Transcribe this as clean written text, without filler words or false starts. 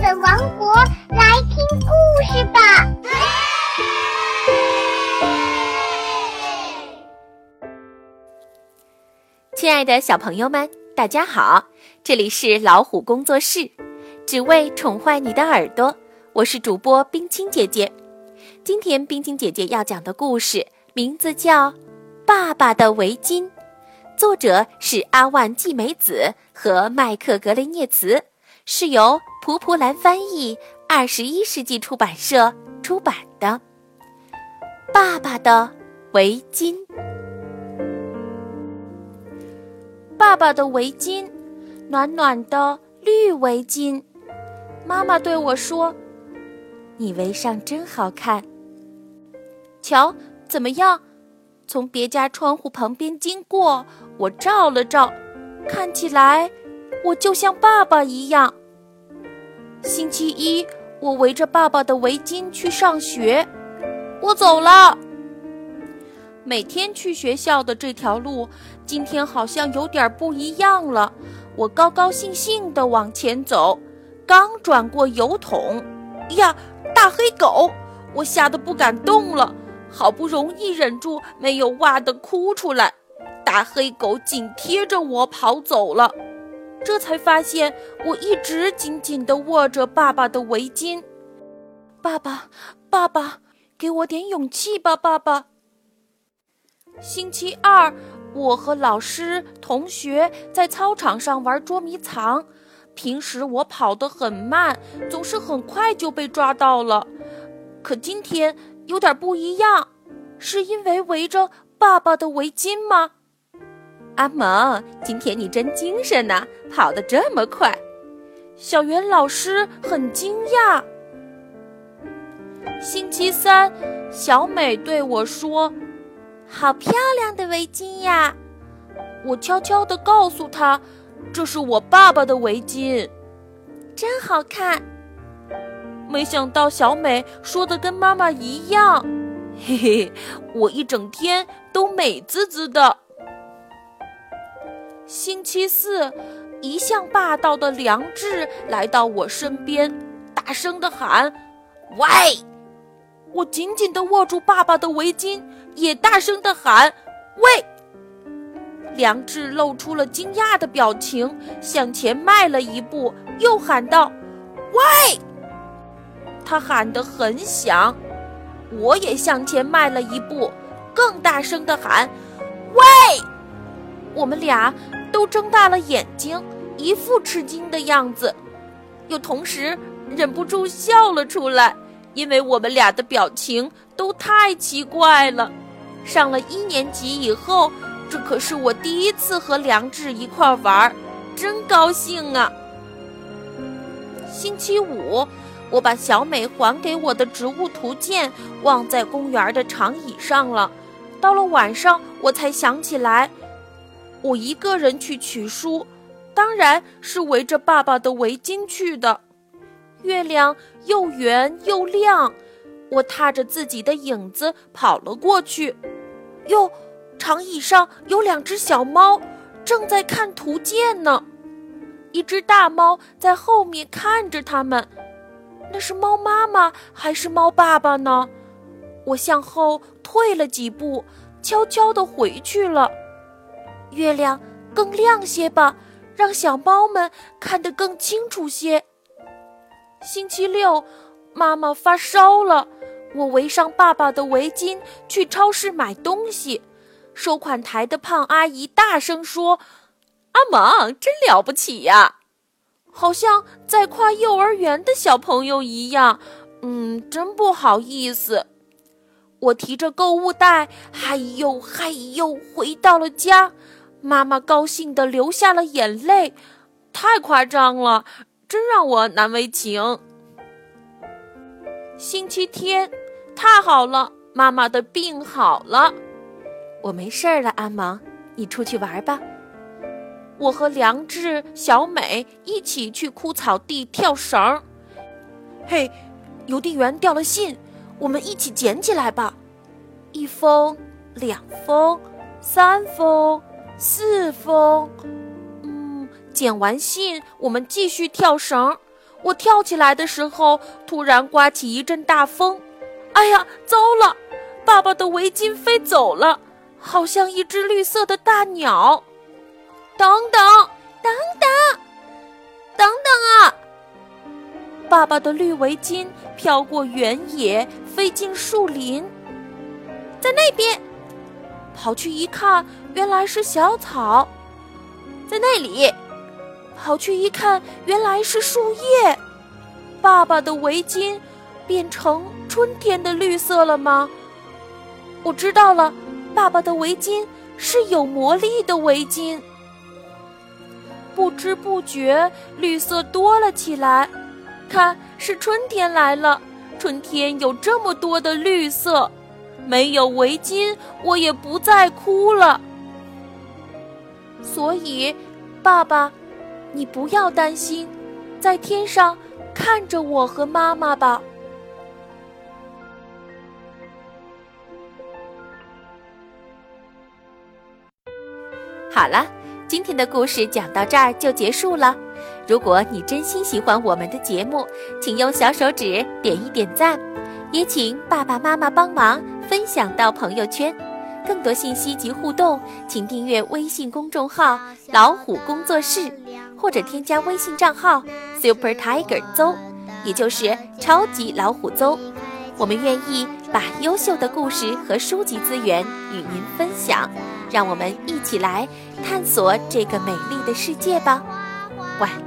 本王国，来听故事吧。 亲爱的小朋友们，大家好，这里是老虎工作室，只为宠坏你的耳朵，我是主播冰清姐姐。今天冰清姐姐要讲的故事名字叫《爸爸的围巾》，作者是阿万季美子和麦克格雷涅茨，是由蒲蒲兰翻译，21世纪出版社出版的。爸爸的围巾。爸爸的围巾，暖暖的绿围巾。妈妈对我说：“你围上真好看。”瞧，怎么样？从别家窗户旁边经过，我照了照，看起来我就像爸爸一样。星期一，我围着爸爸的围巾去上学。我走了。每天去学校的这条路，今天好像有点不一样了。我高高兴兴地往前走，刚转过油桶，呀，大黑狗！我吓得不敢动了，好不容易忍住没有哇地哭出来。大黑狗紧贴着我跑走了，这才发现我一直紧紧地握着爸爸的围巾。爸爸，爸爸，给我点勇气吧，爸爸。星期二，我和老师、同学在操场上玩捉迷藏。平时我跑得很慢，总是很快就被抓到了。可今天有点不一样，是因为围着爸爸的围巾吗？阿蒙，今天你真精神呐，跑得这么快。小袁老师很惊讶。星期三，小美对我说：“好漂亮的围巾呀！”我悄悄地告诉她，这是我爸爸的围巾，真好看。没想到小美说的跟妈妈一样，嘿嘿，我一整天都美滋滋的。星期四，一向霸道的梁志来到我身边，大声地喊：“喂！”我紧紧地握住爸爸的围巾，也大声地喊：“喂！”梁志露出了惊讶的表情，向前迈了一步，又喊道：“喂！”他喊得很响，我也向前迈了一步，更大声地喊：“喂！”我们俩都睁大了眼睛，一副吃惊的样子，又同时忍不住笑了出来。因为我们俩的表情都太奇怪了。上了1年级以后，这可是我第一次和梁志一块玩，真高兴啊！星期五，我把小美还给我的植物图鉴忘在公园的长椅上了。到了晚上，我才想起来，我一个人去取书，当然是围着爸爸的围巾去的。月亮又圆又亮，我踏着自己的影子跑了过去。哟，长椅上有2只小猫，正在看图鉴呢。一只大猫在后面看着它们，那是猫妈妈还是猫爸爸呢？我向后退了几步，悄悄地回去了。月亮更亮些吧，让小猫们看得更清楚些。星期六，妈妈发烧了，我围上爸爸的围巾去超市买东西。收款台的胖阿姨大声说：“阿蒙，真了不起呀！”好像在夸幼儿园的小朋友一样。真不好意思。我提着购物袋，嗨呦嗨呦回到了家。妈妈高兴地流下了眼泪，太夸张了，真让我难为情。星期天，太好了，妈妈的病好了。我没事了，阿蒙，你出去玩吧。我和梁志、小美一起去枯草地跳绳。嘿，邮递员掉了信，我们一起捡起来吧。1封、2封、3封、4封。捡完信，我们继续跳绳。 我跳起来的时候，突然刮起一阵大风。哎呀，糟了！爸爸的围巾飞走了，好像一只绿色的大鸟。等等，等等，等等啊！爸爸的绿围巾飘过原野，飞进树林，在那边。跑去一看，原来是小草。在那里。跑去一看，原来是树叶。爸爸的围巾变成春天的绿色了吗？我知道了，爸爸的围巾是有魔力的围巾。不知不觉，绿色多了起来。看，是春天来了。春天有这么多的绿色，没有围巾，我也不再哭了。所以，爸爸，你不要担心，在天上看着我和妈妈吧。好了，今天的故事讲到这儿就结束了。如果你真心喜欢我们的节目，请用小手指点一点赞，也请爸爸妈妈帮忙分享到朋友圈。更多信息及互动，请订阅微信公众号老虎工作室，或者添加微信账号 Super Tiger 邹，也就是超级老虎邹。我们愿意把优秀的故事和书籍资源与您分享，让我们一起来探索这个美丽的世界吧。晚安。